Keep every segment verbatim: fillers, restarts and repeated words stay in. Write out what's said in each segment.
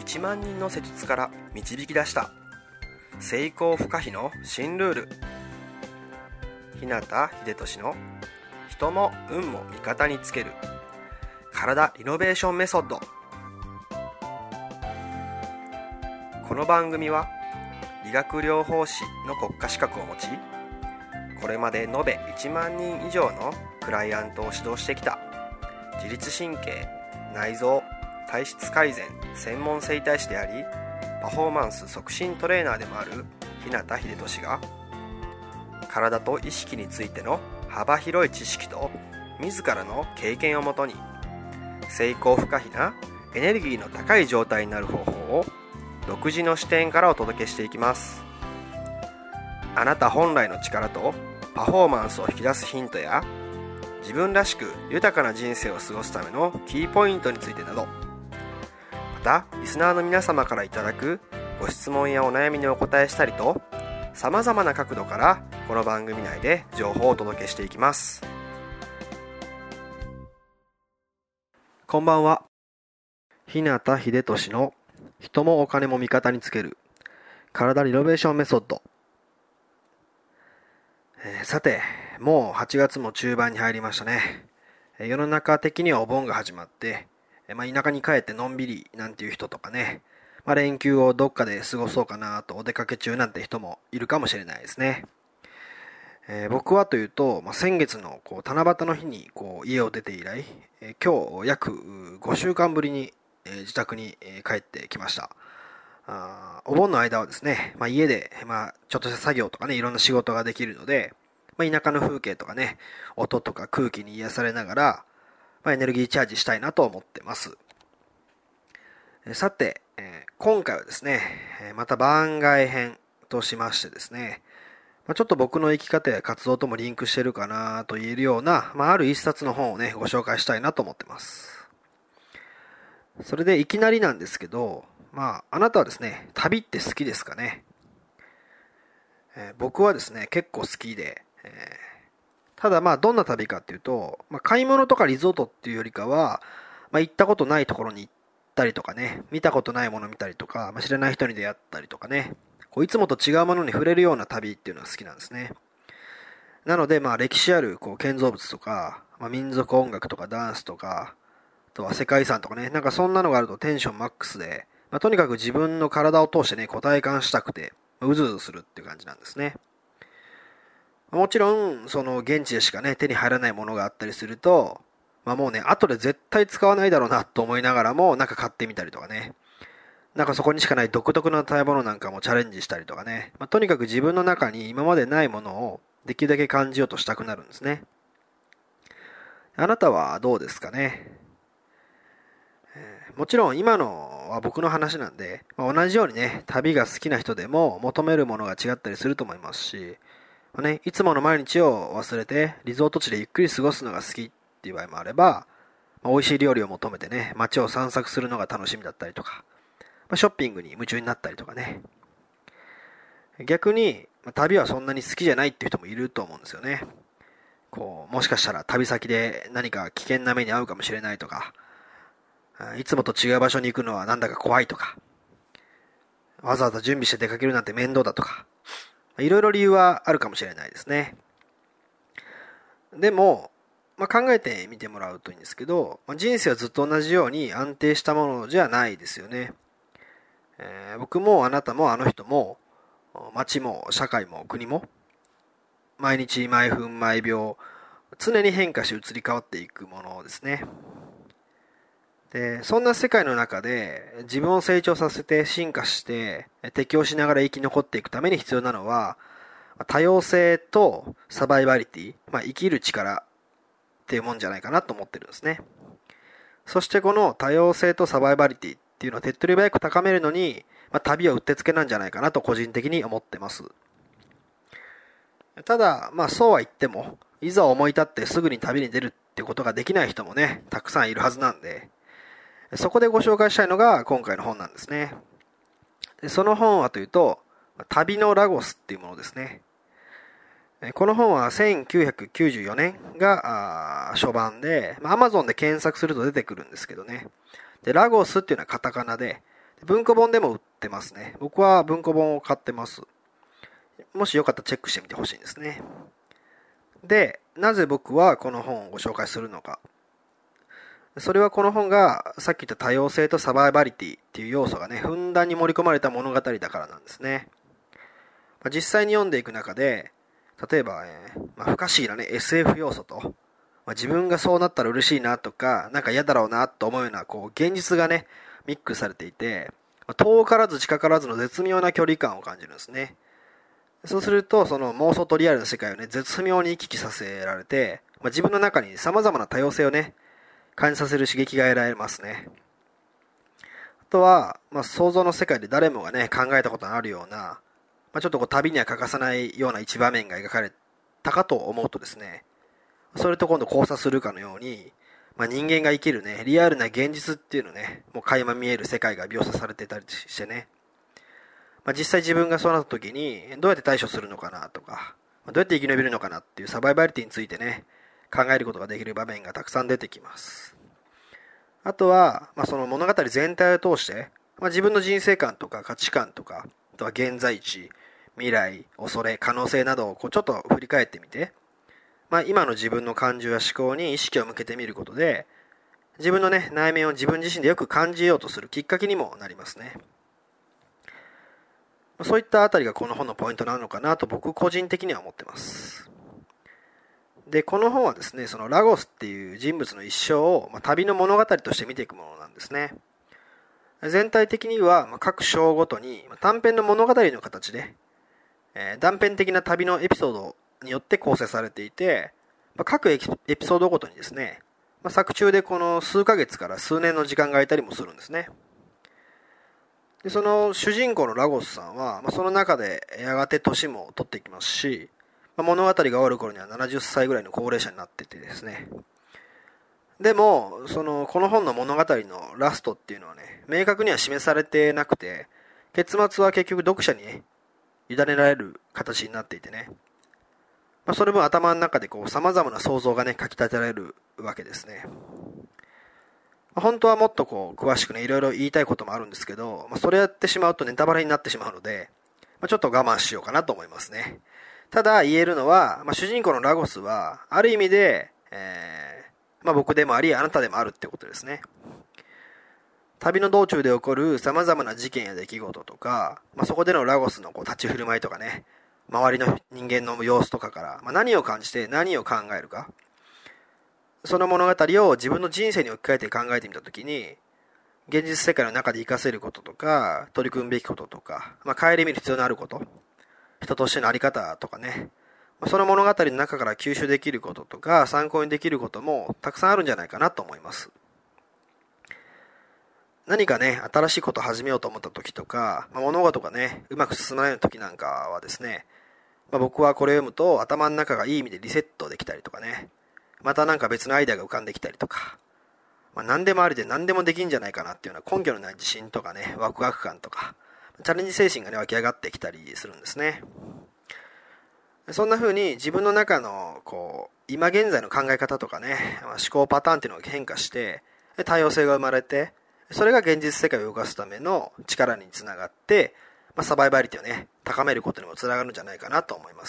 ちまんにんの施術から導き出した成功不可避の新ルール。日向秀俊の人も運も味方につける体リノベーションメソッド。この番組は理学療法士の国家資格を持ち、これまで延べいちまんにん以上のクライアントを指導してきた自律神経、内臓、体質改善専門整体師であり、パフォーマンス促進トレーナーでもある日向秀俊が、体と意識についての幅広い知識と自らの経験をもとに、成功不可避なエネルギーの高い状態になる方法を独自の視点からお届けしていきます。あなた本来の力とパフォーマンスを引き出すヒントや、自分らしく豊かな人生を過ごすためのキーポイントについてなど、またリスナーの皆様からいただくご質問やお悩みにお答えしたりと、さまざまな角度からこの番組内で情報をお届けしていきます。こんばんは。日向秀俊の人もお金も味方につける体リノベーションメソッド。えー、さて、もうはちがつも中盤に入りましたね。えー、世の中的にはお盆が始まって、えーまあ、田舎に帰ってのんびりなんていう人とかね、まあ、連休をどっかで過ごそうかなとお出かけ中なんて人もいるかもしれないですね。えー、僕はというと、まあ、先月のこう七夕の日にこう家を出て以来、えー、今日約ごしゅうかんぶりに、えー、自宅に、えー、帰ってきました。あお盆の間はですね、まあ、家で、まあ、ちょっとした作業とかね、いろんな仕事ができるので、まあ、田舎の風景とかね、音とか空気に癒されながら、まあ、エネルギーチャージしたいなと思ってます。えさて、えー、今回はですね、また番外編としましてですね、まあ、ちょっと僕の生き方や活動ともリンクしてるかなと言えるような、まあ、ある一冊の本をね、ご紹介したいなと思ってます。それでいきなりなんですけど、まあ、あなたはですね、旅って好きですかね。えー、僕はですね、結構好きで、えー、ただまあ、どんな旅かっていうと、まあ、買い物とかリゾートっていうよりかは、まあ、行ったことないところに行ったりとかね、見たことないもの見たりとか、まあ、知らない人に出会ったりとかね、こういつもと違うものに触れるような旅っていうのが好きなんですね。なので、まあ、歴史あるこう建造物とか、まあ、民族音楽とかダンスとか、あとは世界遺産とかね、なんかそんなのがあるとテンションマックスで、まあ、とにかく自分の体を通してね、こう体感したくて、うずうずするっていう感じなんですね。もちろん、その現地でしかね、手に入らないものがあったりすると、まあもうね、後で絶対使わないだろうなと思いながらも、なんか買ってみたりとかね。なんかそこにしかない独特な食べ物なんかもチャレンジしたりとかね。まあ、とにかく自分の中に今までないものをできるだけ感じようとしたくなるんですね。あなたはどうですかね。もちろん今のは僕の話なんで、まあ、同じようにね、旅が好きな人でも求めるものが違ったりすると思いますし、まあね、いつもの毎日を忘れてリゾート地でゆっくり過ごすのが好きっていう場合もあれば、まあ、美味しい料理を求めてね、街を散策するのが楽しみだったりとか、まあ、ショッピングに夢中になったりとかね。逆に、まあ、旅はそんなに好きじゃないっていう人もいると思うんですよね。こう、もしかしたら旅先で何か危険な目に遭うかもしれないとか、いつもと違う場所に行くのはなんだか怖いとか、わざわざ準備して出かけるなんて面倒だとか、いろいろ理由はあるかもしれないですね。でも、まあ、考えてみてもらうといいんですけど、まあ、人生はずっと同じように安定したものじゃないですよね。えー、僕もあなたもあの人も、街も社会も国も、毎日毎分毎秒、常に変化し移り変わっていくものですね。で、そんな世界の中で自分を成長させて進化して適応しながら生き残っていくために必要なのは多様性とサバイバリティ、まあ、生きる力っていうもんじゃないかなと思ってるんですね。そしてこの多様性とサバイバリティっていうのを手っ取り早く高めるのに、まあ、旅はうってつけなんじゃないかなと個人的に思ってます。ただ、まあそうは言ってもいざ思い立ってすぐに旅に出るってことができない人もね、たくさんいるはずなんで、そこでご紹介したいのが今回の本なんですね。でその本はというと、旅のラゴスっていうものですね。この本はせんきゅうひゃくきゅうじゅうよねんが初版で、Amazon で検索すると出てくるんですけどね。で、ラゴスっていうのはカタカナで、 文庫本でも売ってますね。僕は文庫本を買ってます。もしよかったらチェックしてみてほしいんですね。で、なぜ僕はこの本をご紹介するのか。それはこの本がさっき言った多様性とサバイバリティっていう要素がね、ふんだんに盛り込まれた物語だからなんですね。まあ、実際に読んでいく中で、例えば、えーまあ、不可思議なね、エスエフ 要素と、まあ、自分がそうなったら嬉しいなとか、なんか嫌だろうなと思うような、こう、現実がね、ミックスされていて、まあ、遠からず近からずの絶妙な距離感を感じるんですね。そうすると、その妄想とリアルな世界をね、絶妙に行き来させられて、まあ、自分の中に様々な多様性をね、感じさせる刺激が得られますね。あとは、まあ、想像の世界で誰もがね、考えたことのあるような、まあ、ちょっとこう旅には欠かさないような一場面が描かれたかと思うとですね、それと今度交差するかのように、まあ、人間が生きるね、リアルな現実っていうのね、もう垣間見える世界が描写されてたりしてね、まあ、実際自分がそうなった時にどうやって対処するのかなとか、どうやって生き延びるのかなっていうサバイバリティについてね、考えることができる場面がたくさん出てきます。あとは、まあ、その物語全体を通して、まあ、自分の人生観とか価値観とか、あとは現在地、未来、恐れ、可能性などをこうちょっと振り返ってみて、まあ、今の自分の感情や思考に意識を向けてみることで、自分のね、内面を自分自身でよく感じようとするきっかけにもなりますね。そういったあたりがこの本のポイントなのかなと僕個人的には思ってます。で、この本はですね、そのラゴスっていう人物の一生を、まあ、旅の物語として見ていくものなんですね。全体的には、まあ、各章ごとに、まあ、短編の物語の形で、えー、断片的な旅のエピソードによって構成されていて、まあ、各エピソードごとにですね、まあ、作中でこの数ヶ月から数年の時間が空いたりもするんですね。で、その主人公のラゴスさんは、まあ、その中でやがて年も取っていきますし、まあ、物語が終わる頃にはななじゅっさいぐらいの高齢者になっててですね。でも、その、この本の物語のラストっていうのはね、明確には示されてなくて、結末は結局読者にね、委ねられる形になっていてね。まあ、それ分頭の中でこう様々な想像がね、かき立てられるわけですね。本当はもっとこう詳しくね、いろいろ言いたいこともあるんですけど、まあ、それやってしまうとネタバレになってしまうので、まあ、ちょっと我慢しようかなと思いますね。ただ言えるのは、まあ、主人公のラゴスは、ある意味で、えー、まあ、僕でもあり、あなたでもあるってことですね。旅の道中で起こる様々な事件や出来事とか、まあ、そこでのラゴスのこう立ち振る舞いとかね、周りの人間の様子とかから、まあ、何を感じて何を考えるか、その物語を自分の人生に置き換えて考えてみたときに、現実世界の中で活かせることとか、取り組むべきこととか、まあ、顧みる必要のあること、人としてのあり方とかね、まあ、その物語の中から吸収できることとか、参考にできることもたくさんあるんじゃないかなと思います。何かね、新しいことを始めようと思った時とか、まあ、物事がね、うまく進まない時なんかはですね、まあ、僕はこれを読むと頭の中がいい意味でリセットできたりとかね、またなんか別のアイデアが浮かんできたりとか、まあ、何でもありで何でもできんじゃないかなっていうような根拠のない自信とかね、ワクワク感とか、チャレンジ精神がね、湧き上がってきたりするんですね。そんな風に自分の中のこう今現在の考え方とかね、思考パターンっていうのが変化して多様性が生まれて、それが現実世界を動かすための力につながって、まあ、サバイバリティをね高めることにもつながるんじゃないかなと思います。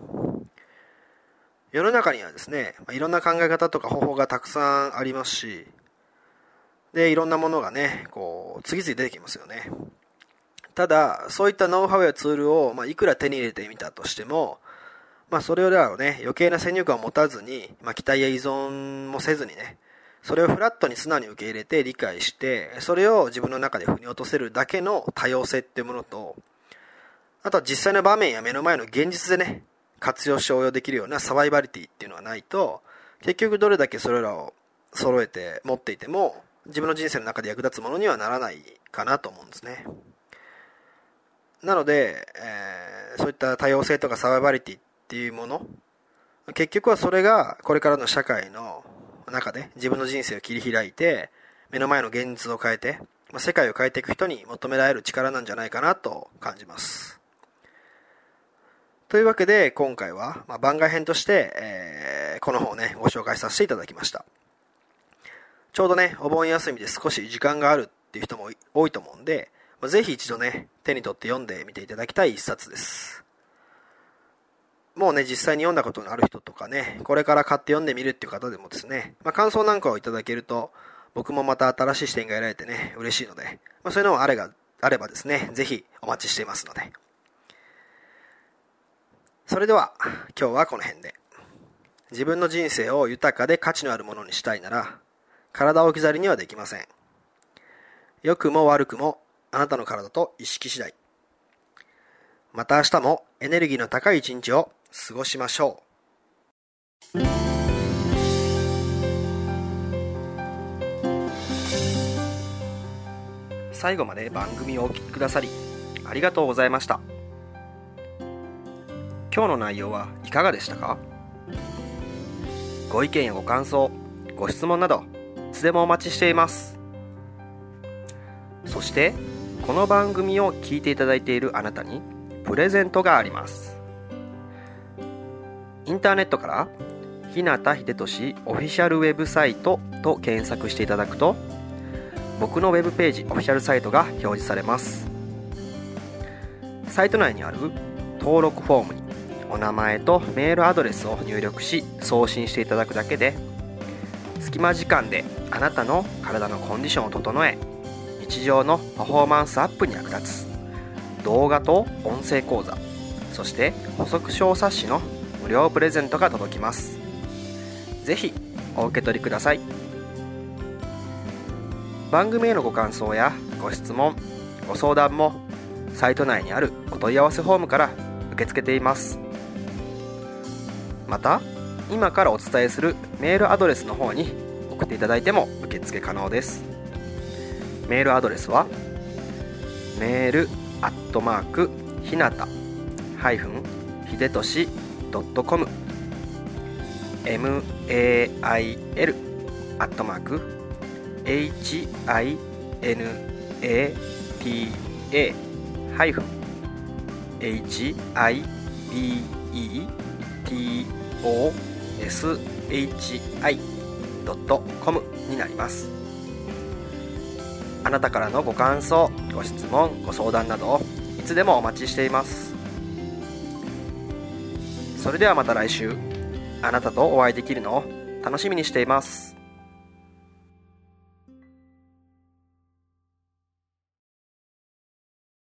世の中にはですね、いろんな考え方とか方法がたくさんありますし、でいろんなものがねこう次々出てきますよね。ただそういったノウハウやツールを、まあ、いくら手に入れてみたとしても、まあ、それらをね余計な先入観を持たずに、まあ、期待や依存もせずにね、それをフラットに素直に受け入れて理解して、それを自分の中で腑に落とせるだけの多様性っていうものと、あとは実際の場面や目の前の現実でね活用して応用できるようなサバイバリティっていうのがないと、結局どれだけそれらを揃えて持っていても自分の人生の中で役立つものにはならないかなと思うんですね。なので、えー、そういった多様性とかサバイバリティっていうもの、結局はそれがこれからの社会の中で自分の人生を切り開いて目の前の現実を変えて、まあ、世界を変えていく人に求められる力なんじゃないかなと感じます。というわけで今回は、まあ、番外編として、えー、この本をねご紹介させていただきました。ちょうどねお盆休みで少し時間があるっっていう人も多いと思うんで、まあ、ぜひ一度ね手に取って読んでみていただきたい一冊です。もうね実際に読んだことのある人とかね、これから買って読んでみるっていう方でもですね、まあ、感想なんかをいただけると僕もまた新しい視点が得られてね嬉しいので、まあ、そういうのがあれがあればですね、ぜひお待ちしていますので。それでは今日はこの辺で。自分の人生を豊かで価値のあるものにしたいなら、体を置き去りにはできません。良くも悪くもあなたの体と意識次第。また明日もエネルギーの高い一日を過ごしましょう。最後まで番組をお聞きくださりありがとうございました。今日の内容はいかがでしたか？ご意見やご感想、ご質問などいつでもお待ちしています。そしてこの番組を聞いていただいているあなたにプレゼントがあります。インターネットから日向秀俊オフィシャルウェブサイトと検索していただくと、僕のウェブページオフィシャルサイトが表示されます。サイト内にある登録フォームにお名前とメールアドレスを入力し送信していただくだけで、隙間時間であなたの体のコンディションを整え、日常のパフォーマンスアップに役立つ動画と音声講座、そして補足小冊子の無料プレゼントが届きます。ぜひお受け取りください。番組へのご感想やご質問、ご相談もサイト内にあるお問い合わせフォームから受け付けています。また今からお伝えするメールアドレスの方に送っていただいても受付可能です。メールアドレスはメールアットマークひなたひでとし .com、 メールアットマーク ひなた ハイフン ヒデトシ ドットコム になります。あなたからのご感想、ご質問、ご相談などいつでもお待ちしています。それではまた来週、あなたとお会いできるのを楽しみにしています。